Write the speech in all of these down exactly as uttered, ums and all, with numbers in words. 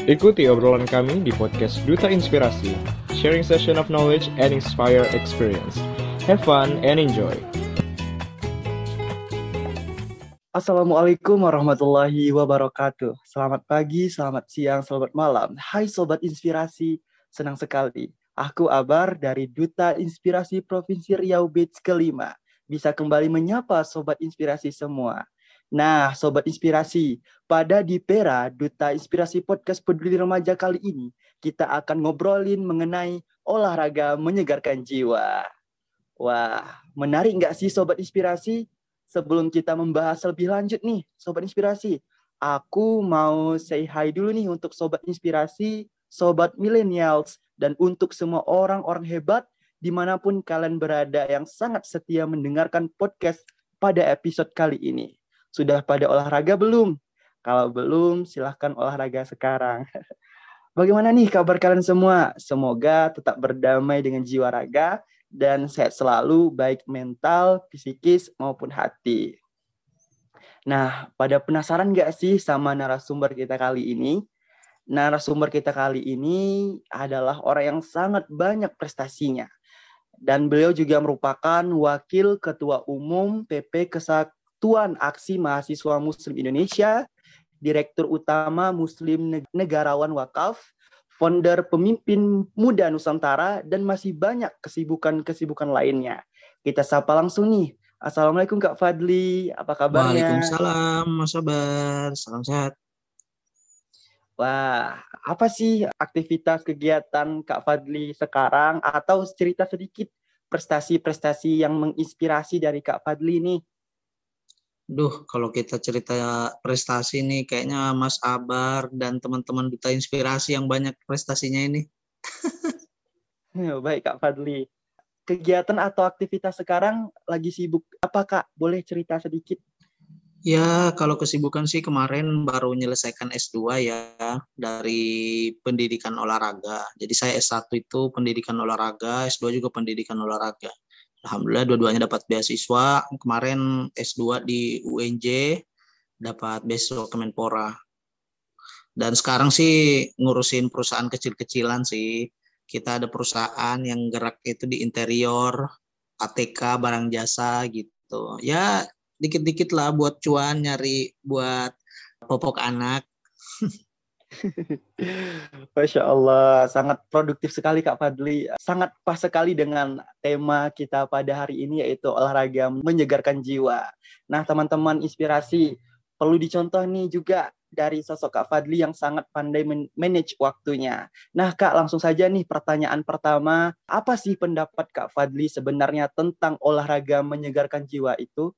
Ikuti obrolan kami di podcast Duta Inspirasi, sharing session of knowledge and inspire experience. Have fun and enjoy. Assalamualaikum warahmatullahi wabarakatuh. Selamat pagi, selamat siang, selamat malam. Hai Sobat Inspirasi, senang sekali. Aku Abar dari Duta Inspirasi Provinsi Riau Batch kelima. Bisa kembali menyapa Sobat Inspirasi semua. Nah, Sobat Inspirasi, pada Dipera, Duta Inspirasi Podcast Peduli Remaja kali ini, kita akan ngobrolin mengenai olahraga menyegarkan jiwa. Wah, menarik nggak sih Sobat Inspirasi? Sebelum kita membahas lebih lanjut nih, Sobat Inspirasi, aku mau say hi dulu nih untuk Sobat Inspirasi, Sobat Millennials, dan untuk semua orang-orang hebat dimanapun kalian berada yang sangat setia mendengarkan podcast pada episode kali ini. Sudah pada olahraga belum? Kalau belum, silahkan olahraga sekarang. Bagaimana nih kabar kalian semua? Semoga tetap berdamai dengan jiwa raga dan sehat selalu, baik mental, psikis, maupun hati. Nah, pada penasaran nggak sih sama narasumber kita kali ini? Narasumber kita kali ini adalah orang yang sangat banyak prestasinya. Dan beliau juga merupakan Wakil Ketua Umum P P Kesatuan Aksi Mahasiswa Muslim Indonesia, Direktur Utama Muslim Negarawan Wakaf, founder Pemimpin Muda Nusantara, dan masih banyak kesibukan-kesibukan lainnya. Kita sapa langsung nih. Assalamualaikum Kak Fadli, apa kabarnya? Waalaikumsalam Mas Abar, salam sehat. Wah, apa sih aktivitas kegiatan Kak Fadli sekarang? Atau cerita sedikit prestasi-prestasi yang menginspirasi dari Kak Fadli nih? Duh, kalau kita cerita prestasi nih, kayaknya Mas Abar dan teman-teman Duta Inspirasi yang banyak prestasinya ini. Baik Kak Fadli. Kegiatan atau aktivitas sekarang lagi sibuk apa Kak? Boleh cerita sedikit? Ya, kalau kesibukan sih kemarin baru menyelesaikan S dua ya, dari pendidikan olahraga. Jadi saya S satu itu pendidikan olahraga, S dua juga pendidikan olahraga. Alhamdulillah dua-duanya dapat beasiswa. Kemarin S dua di U N J, dapat beasiswa Kemenpora. Dan sekarang sih ngurusin perusahaan kecil-kecilan sih. Kita ada perusahaan yang gerak itu di interior, A T K, barang jasa gitu. Ya dikit-dikit lah buat cuan, nyari buat popok anak. Masya Allah, sangat produktif sekali Kak Fadli. Sangat pas sekali dengan tema kita pada hari ini, yaitu olahraga menyegarkan jiwa. Nah teman-teman inspirasi, perlu dicontoh nih juga dari sosok Kak Fadli yang sangat pandai manage waktunya. Nah Kak, langsung saja nih pertanyaan pertama. Apa sih pendapat Kak Fadli sebenarnya tentang olahraga menyegarkan jiwa itu?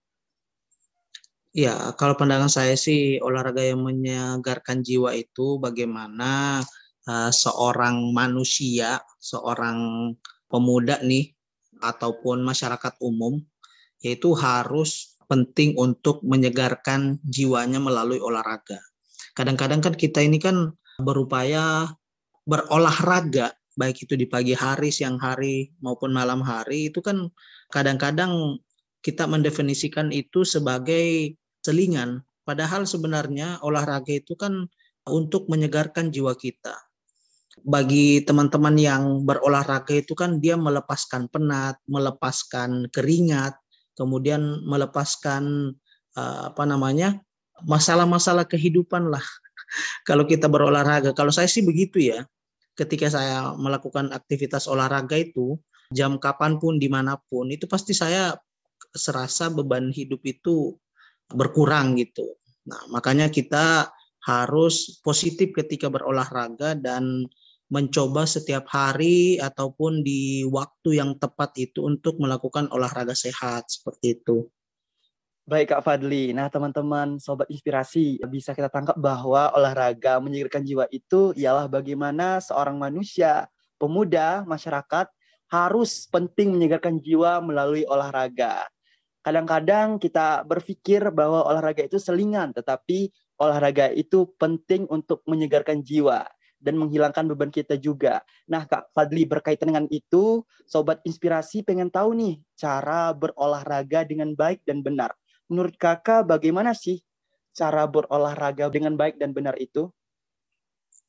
Ya, kalau pandangan saya sih olahraga yang menyegarkan jiwa itu bagaimana uh, seorang manusia, seorang pemuda nih ataupun masyarakat umum yaitu harus penting untuk menyegarkan jiwanya melalui olahraga. Kadang-kadang kan kita ini kan berupaya berolahraga baik itu di pagi hari, siang hari maupun malam hari, itu kan kadang-kadang kita mendefinisikan itu sebagai selingan. Padahal sebenarnya olahraga itu kan untuk menyegarkan jiwa kita. Bagi teman-teman yang berolahraga itu kan dia melepaskan penat, melepaskan keringat, kemudian melepaskan uh, apa namanya masalah-masalah kehidupan lah. Kalau kita berolahraga, kalau saya sih begitu ya. Ketika saya melakukan aktivitas olahraga itu, jam kapanpun, dimanapun, itu pasti saya serasa beban hidup itu berkurang gitu. Nah, makanya kita harus positif ketika berolahraga dan mencoba setiap hari ataupun di waktu yang tepat itu untuk melakukan olahraga sehat seperti itu. Baik Kak Fadli, nah teman-teman Sobat Inspirasi, bisa kita tangkap bahwa olahraga menyegarkan jiwa itu ialah bagaimana seorang manusia, pemuda, masyarakat harus penting menyegarkan jiwa melalui olahraga. Kadang-kadang kita berpikir bahwa olahraga itu selingan, tetapi olahraga itu penting untuk menyegarkan jiwa dan menghilangkan beban kita juga. Nah Kak Fadli, berkaitan dengan itu, Sobat Inspirasi pengen tahu nih cara berolahraga dengan baik dan benar. Menurut Kakak bagaimana sih cara berolahraga dengan baik dan benar itu?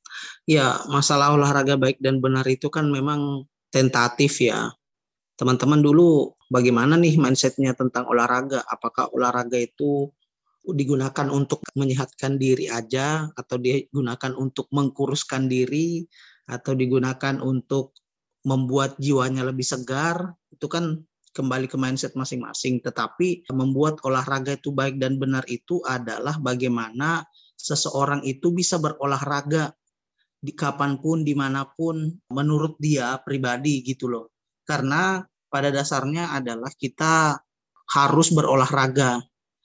Ya, masalah olahraga baik dan benar itu kan memang tentatif ya. Teman-teman dulu bagaimana nih mindsetnya tentang olahraga? Apakah olahraga itu digunakan untuk menyehatkan diri aja, atau digunakan untuk mengkuruskan diri, atau digunakan untuk membuat jiwanya lebih segar? Itu kan kembali ke mindset masing-masing. Tetapi membuat olahraga itu baik dan benar itu adalah bagaimana seseorang itu bisa berolahraga di kapanpun, dimanapun, menurut dia pribadi gitu loh. Karena pada dasarnya adalah kita harus berolahraga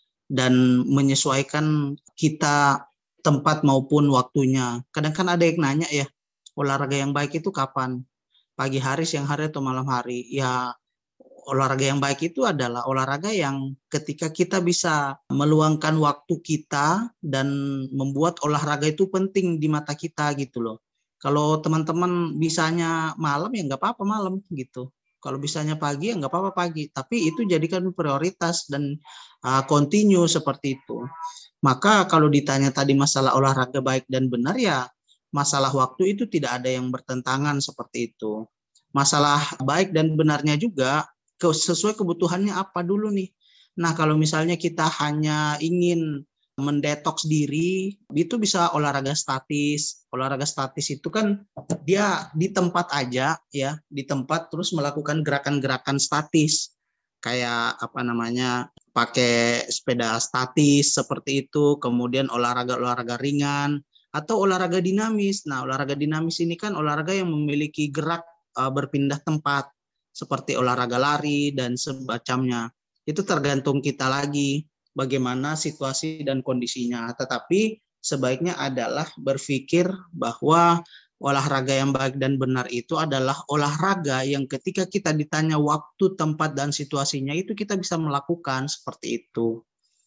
dan menyesuaikan kita tempat maupun waktunya. Kadang kan ada yang nanya ya, olahraga yang baik itu kapan? Pagi hari, siang hari, atau malam hari? Ya, olahraga yang baik itu adalah olahraga yang ketika kita bisa meluangkan waktu kita dan membuat olahraga itu penting di mata kita gitu loh. Kalau teman-teman bisanya malam ya nggak apa-apa malam gitu. Kalau bisanya pagi ya nggak apa-apa pagi. Tapi itu jadikan prioritas dan uh, continue seperti itu. Maka kalau ditanya tadi masalah olahraga baik dan benar ya masalah waktu itu tidak ada yang bertentangan seperti itu. Masalah baik dan benarnya juga sesuai kebutuhannya apa dulu nih. Nah, kalau misalnya kita hanya ingin mendetoks diri, itu bisa olahraga statis. Olahraga statis itu kan dia di tempat aja ya, di tempat terus melakukan gerakan-gerakan statis. Kayak apa namanya? Pakai sepeda statis seperti itu, kemudian olahraga-olahraga ringan atau olahraga dinamis. Nah, olahraga dinamis ini kan olahraga yang memiliki gerak uh, berpindah tempat, seperti olahraga lari dan semacamnya. Itu tergantung kita lagi bagaimana situasi dan kondisinya. Tetapi sebaiknya adalah berpikir bahwa olahraga yang baik dan benar itu adalah olahraga yang ketika kita ditanya waktu, tempat, dan situasinya itu kita bisa melakukan seperti itu.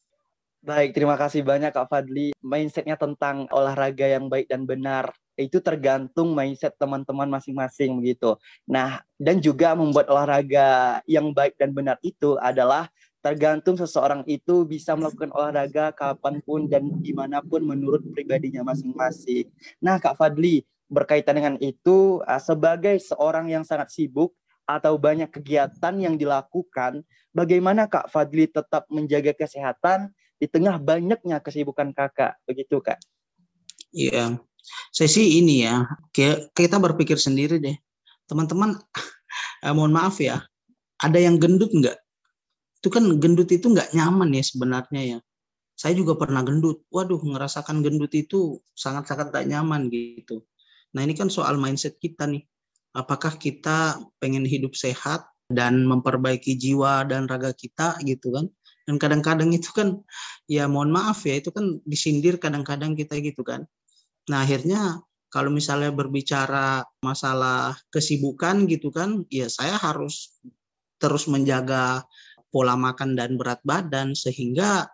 Baik, terima kasih banyak Kak Fadli. Mindsetnya tentang olahraga yang baik dan benar itu tergantung mindset teman-teman masing-masing begitu. Nah, dan juga membuat olahraga yang baik dan benar itu adalah tergantung seseorang itu bisa melakukan olahraga kapanpun dan dimanapun menurut pribadinya masing-masing. Nah, Kak Fadli, berkaitan dengan itu, sebagai seorang yang sangat sibuk atau banyak kegiatan yang dilakukan, bagaimana Kak Fadli tetap menjaga kesehatan di tengah banyaknya kesibukan kakak, begitu Kak? Iya, saya sih ini ya, kita berpikir sendiri deh. Teman-teman, eh, mohon maaf ya, ada yang gendut nggak? Itu kan gendut itu nggak nyaman ya sebenarnya ya. Saya juga pernah gendut. Waduh, ngerasakan gendut itu sangat-sangat nggak nyaman gitu. Nah ini kan soal mindset kita nih. Apakah kita pengen hidup sehat dan memperbaiki jiwa dan raga kita gitu kan? Dan kadang-kadang itu kan, ya mohon maaf ya, itu kan disindir kadang-kadang kita gitu kan. Nah akhirnya kalau misalnya berbicara masalah kesibukan gitu kan, ya saya harus terus menjaga pola makan dan berat badan, sehingga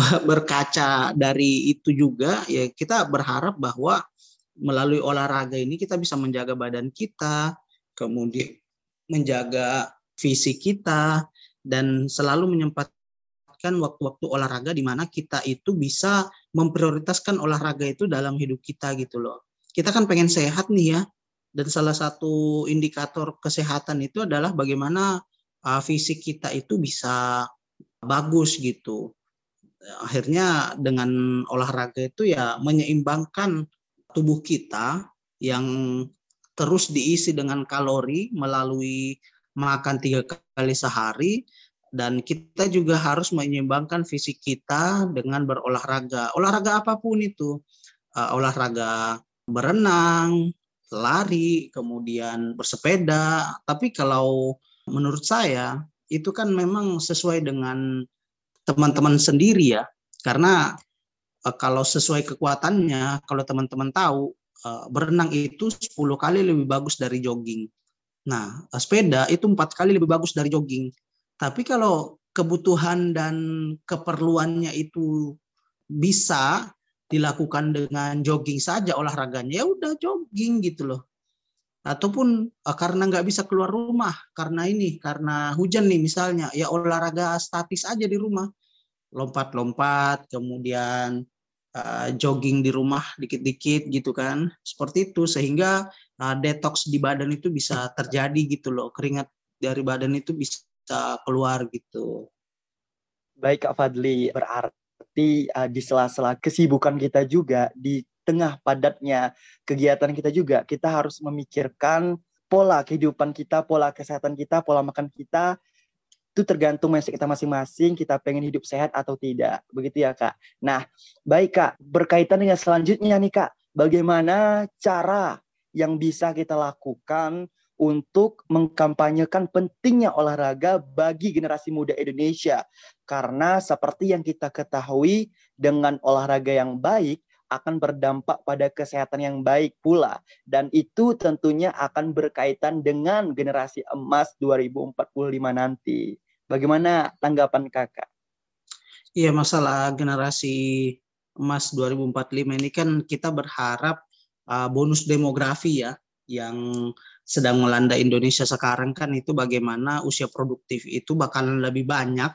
berkaca dari itu juga ya kita berharap bahwa melalui olahraga ini kita bisa menjaga badan kita, kemudian menjaga fisik kita, dan selalu menyempatkan waktu-waktu olahraga di mana kita itu bisa memprioritaskan olahraga itu dalam hidup kita gitu loh. Kita kan pengen sehat nih ya, dan salah satu indikator kesehatan itu adalah bagaimana uh, fisik kita itu bisa bagus gitu. Akhirnya dengan olahraga itu ya menyeimbangkan tubuh kita yang terus diisi dengan kalori melalui makan tiga kali sehari, dan kita juga harus menyeimbangkan fisik kita dengan berolahraga. Olahraga apapun itu, uh, olahraga berenang, lari, kemudian bersepeda. Tapi kalau menurut saya itu kan memang sesuai dengan teman-teman sendiri ya. Karena uh, kalau sesuai kekuatannya, kalau teman-teman tahu, uh, berenang itu sepuluh kali lebih bagus dari jogging. Nah, sepeda itu empat kali lebih bagus dari jogging. Tapi kalau kebutuhan dan keperluannya itu bisa dilakukan dengan jogging saja olahraganya, ya udah jogging gitu loh. Ataupun uh, karena nggak bisa keluar rumah, karena ini, karena hujan nih misalnya, ya olahraga statis aja di rumah. Lompat-lompat, kemudian uh, jogging di rumah dikit-dikit gitu kan, seperti itu, sehingga uh, detox di badan itu bisa terjadi gitu loh, keringat dari badan itu bisa keluar gitu. Baik Kak Fadli, berarti uh, di sela-sela kesibukan kita juga, di tengah padatnya kegiatan kita juga, kita harus memikirkan pola kehidupan kita, pola kesehatan kita, pola makan kita, itu tergantung mindset kita masing-masing, kita pengen hidup sehat atau tidak. Begitu ya Kak. Nah, baik Kak, berkaitan dengan selanjutnya nih Kak, bagaimana cara yang bisa kita lakukan untuk mengkampanyekan pentingnya olahraga bagi generasi muda Indonesia? Karena seperti yang kita ketahui, dengan olahraga yang baik akan berdampak pada kesehatan yang baik pula. Dan itu tentunya akan berkaitan dengan generasi emas dua ribu empat puluh lima nanti. Bagaimana tanggapan Kakak? Iya, masalah generasi emas dua ribu empat puluh lima ini kan kita berharap uh, bonus demografi ya, yang sedang melanda Indonesia sekarang kan itu bagaimana usia produktif itu bakalan lebih banyak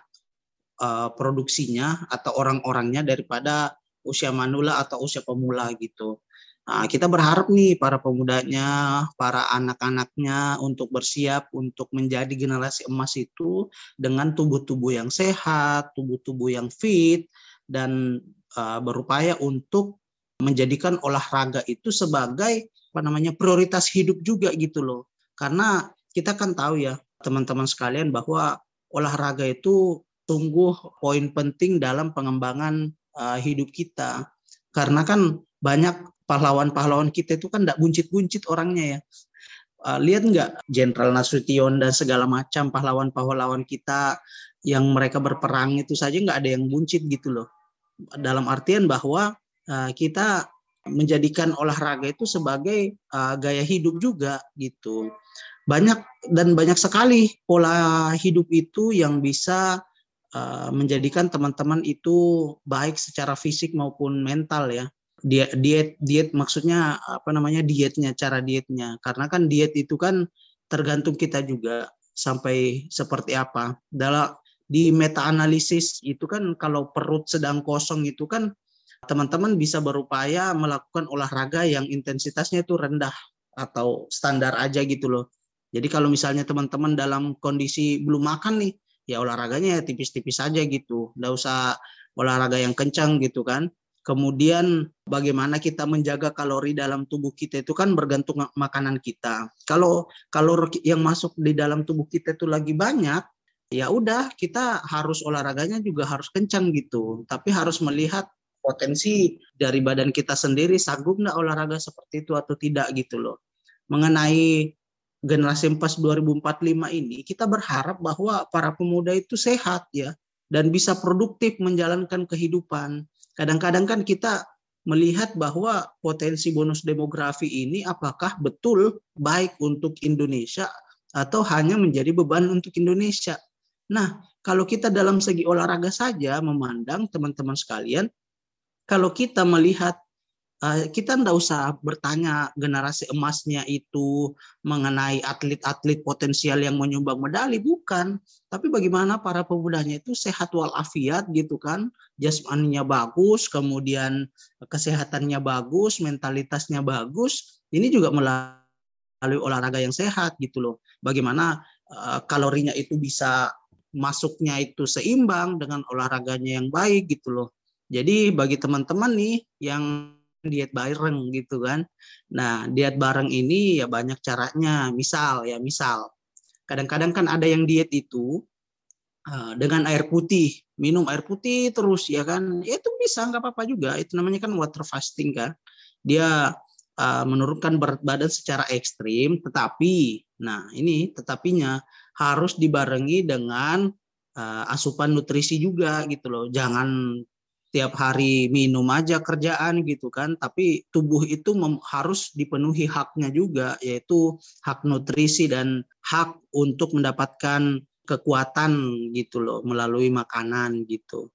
uh, produksinya atau orang-orangnya daripada usia manula atau usia pemula gitu. Nah, kita berharap nih para pemudanya, para anak-anaknya untuk bersiap untuk menjadi generasi emas itu dengan tubuh-tubuh yang sehat, tubuh-tubuh yang fit, dan uh, berupaya untuk menjadikan olahraga itu sebagai apa namanya prioritas hidup juga gitu loh. Karena kita kan tahu ya teman-teman sekalian bahwa olahraga itu sungguh poin penting dalam pengembangan uh, hidup kita. Karena kan banyak pahlawan-pahlawan kita itu kan tidak buncit-buncit orangnya ya. Uh, lihat nggak Jenderal Nasution dan segala macam pahlawan-pahlawan kita yang mereka berperang itu saja nggak ada yang buncit gitu loh. Dalam artian bahwa uh, kita menjadikan olahraga itu sebagai uh, gaya hidup juga gitu. Banyak dan banyak sekali pola hidup itu yang bisa uh, menjadikan teman-teman itu baik secara fisik maupun mental ya. Diet, diet, diet maksudnya apa namanya dietnya, cara dietnya. Karena kan diet itu kan tergantung kita juga sampai seperti apa. Dalam di meta analisis itu kan kalau perut sedang kosong itu kan teman-teman bisa berupaya melakukan olahraga yang intensitasnya itu rendah atau standar aja gitu loh. Jadi kalau misalnya teman-teman dalam kondisi belum makan nih, ya olahraganya ya tipis-tipis aja gitu. Nggak usah olahraga yang kencang gitu kan. Kemudian bagaimana kita menjaga kalori dalam tubuh kita itu kan bergantung makanan kita. Kalau kalori yang masuk di dalam tubuh kita itu lagi banyak, ya udah kita harus olahraganya juga harus kencang gitu. Tapi harus melihat potensi dari badan kita sendiri sanggup nggak olahraga seperti itu atau tidak gitu loh. Mengenai generasi emas dua ribu empat puluh lima ini, kita berharap bahwa para pemuda itu sehat ya dan bisa produktif menjalankan kehidupan. Kadang-kadang kan kita melihat bahwa potensi bonus demografi ini apakah betul baik untuk Indonesia atau hanya menjadi beban untuk Indonesia. Nah, kalau kita dalam segi olahraga saja memandang teman-teman sekalian, kalau kita melihat, uh, kita tidak usah bertanya generasi emasnya itu mengenai atlet-atlet potensial yang menyumbang medali, bukan. Tapi bagaimana para pemudanya itu sehat walafiat gitu kan, jasmaninya bagus, kemudian kesehatannya bagus, mentalitasnya bagus. Ini juga melalui olahraga yang sehat gitu loh. Bagaimana uh, kalorinya itu bisa masuknya itu seimbang dengan olahraganya yang baik gitu loh. Jadi bagi teman-teman nih yang diet bareng gitu kan. Nah, diet bareng ini ya banyak caranya. Misal ya, misal kadang-kadang kan ada yang diet itu uh, dengan air putih, minum air putih terus ya kan. Ya itu bisa, nggak apa-apa juga. Itu namanya kan water fasting kan. Dia uh, menurunkan berat badan secara ekstrim, tetapi nah ini tetapinya harus dibarengi dengan uh, asupan nutrisi juga gitu loh. Jangan tiap hari minum aja kerjaan gitu kan, tapi tubuh itu mem- harus dipenuhi haknya juga, yaitu hak nutrisi dan hak untuk mendapatkan kekuatan gitu loh melalui makanan gitu.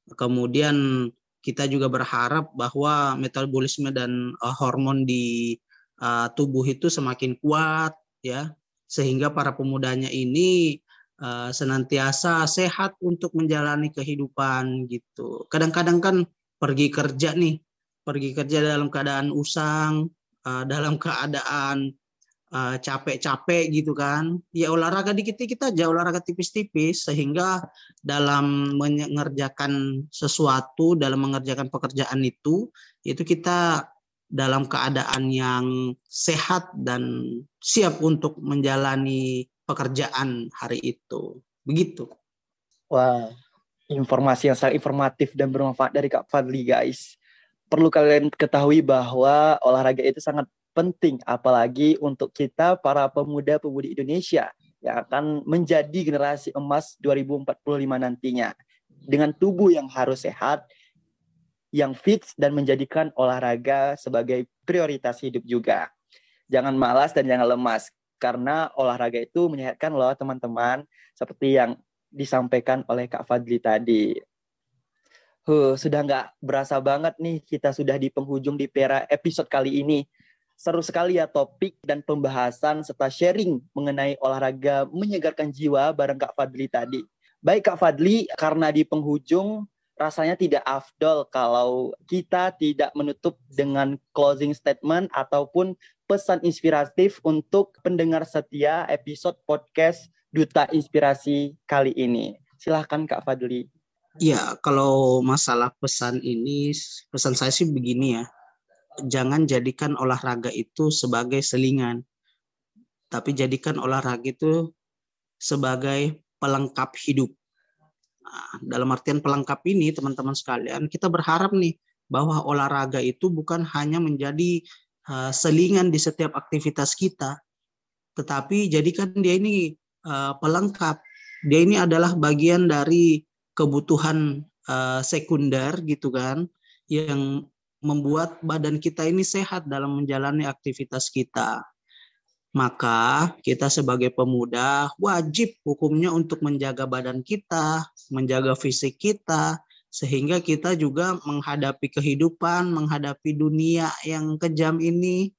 Kemudian kita juga berharap bahwa metabolisme dan uh, hormon di uh, tubuh itu semakin kuat ya, sehingga para pemudanya ini Uh, senantiasa sehat untuk menjalani kehidupan gitu. Kadang-kadang kan pergi kerja nih, pergi kerja dalam keadaan usang, uh, dalam keadaan uh, capek-capek gitu kan, ya olahraga dikit-dikit aja, olahraga tipis-tipis, sehingga dalam mengerjakan sesuatu, dalam mengerjakan pekerjaan itu, itu kita dalam keadaan yang sehat dan siap untuk menjalani pekerjaan hari itu. Begitu. Wah, informasi yang sangat informatif dan bermanfaat dari Kak Fadli, guys. Perlu kalian ketahui bahwa olahraga itu sangat penting, apalagi untuk kita para pemuda-pemudi Indonesia yang akan menjadi generasi emas dua ribu empat puluh lima nantinya. Dengan tubuh yang harus sehat, yang fit, dan menjadikan olahraga sebagai prioritas hidup juga. Jangan malas dan jangan lemas, karena olahraga itu menyehatkan loh teman-teman, seperti yang disampaikan oleh Kak Fadli tadi. Huh, sudah nggak berasa banget nih, kita sudah di penghujung di Pera episode kali ini. Seru sekali ya topik dan pembahasan serta sharing mengenai olahraga menyegarkan jiwa bareng Kak Fadli tadi. Baik Kak Fadli, karena di penghujung rasanya tidak afdol kalau kita tidak menutup dengan closing statement ataupun pesan inspiratif untuk pendengar setia episode podcast Duta Inspirasi kali ini. Silahkan Kak Fadli. Ya, kalau masalah pesan ini, pesan saya sih begini ya. Jangan jadikan olahraga itu sebagai selingan, tapi jadikan olahraga itu sebagai pelengkap hidup. Nah, dalam artian pelengkap ini, teman-teman sekalian, kita berharap nih bahwa olahraga itu bukan hanya menjadi uh, selingan di setiap aktivitas kita, tetapi jadikan dia ini uh, pelengkap. Dia ini adalah bagian dari kebutuhan uh, sekunder gitu kan, yang membuat badan kita ini sehat dalam menjalani aktivitas kita. Maka kita sebagai pemuda wajib hukumnya untuk menjaga badan kita, menjaga fisik kita, sehingga kita juga menghadapi kehidupan, menghadapi dunia yang kejam ini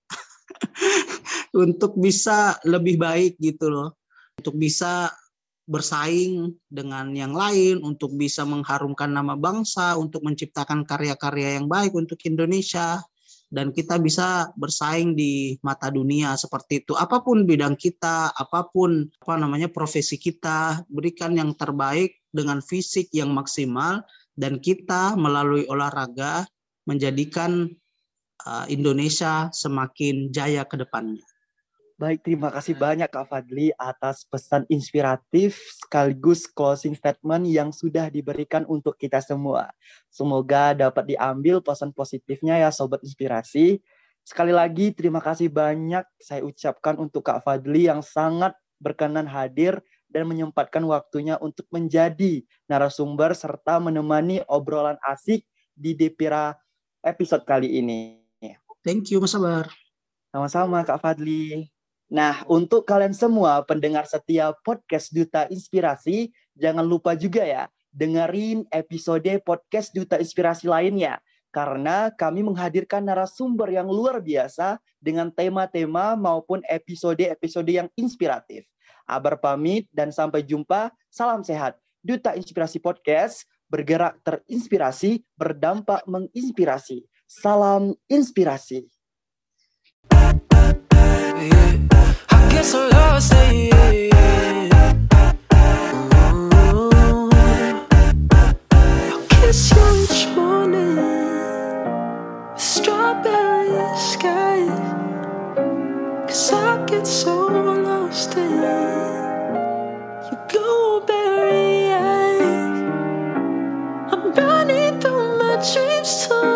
untuk bisa lebih baik gitu loh. Untuk bisa bersaing dengan yang lain, untuk bisa mengharumkan nama bangsa, untuk menciptakan karya-karya yang baik untuk Indonesia. Dan kita bisa bersaing di mata dunia seperti itu. Apapun bidang kita, apapun apa namanya profesi kita, berikan yang terbaik dengan fisik yang maksimal, dan kita melalui olahraga menjadikan uh, Indonesia semakin jaya ke depannya. Baik, terima kasih banyak Kak Fadli atas pesan inspiratif sekaligus closing statement yang sudah diberikan untuk kita semua. Semoga dapat diambil pesan positifnya ya Sobat Inspirasi. Sekali lagi terima kasih banyak saya ucapkan untuk Kak Fadli yang sangat berkenan hadir dan menyempatkan waktunya untuk menjadi narasumber serta menemani obrolan asik di Depira episode kali ini. Thank you Mas Sabar. Sama-sama Kak Fadli. Nah, untuk kalian semua pendengar setia podcast Duta Inspirasi, jangan lupa juga ya, dengerin episode podcast Duta Inspirasi lainnya. Karena kami menghadirkan narasumber yang luar biasa dengan tema-tema maupun episode-episode yang inspiratif. Abar pamit dan sampai jumpa. Salam sehat. Duta Inspirasi Podcast, bergerak terinspirasi, berdampak menginspirasi. Salam inspirasi. Guess I'm lost, yeah. Ooh. I'll kiss you each morning with strawberry skies, 'cause I get so lost in your blueberry eyes. I'm burning through my dreams too.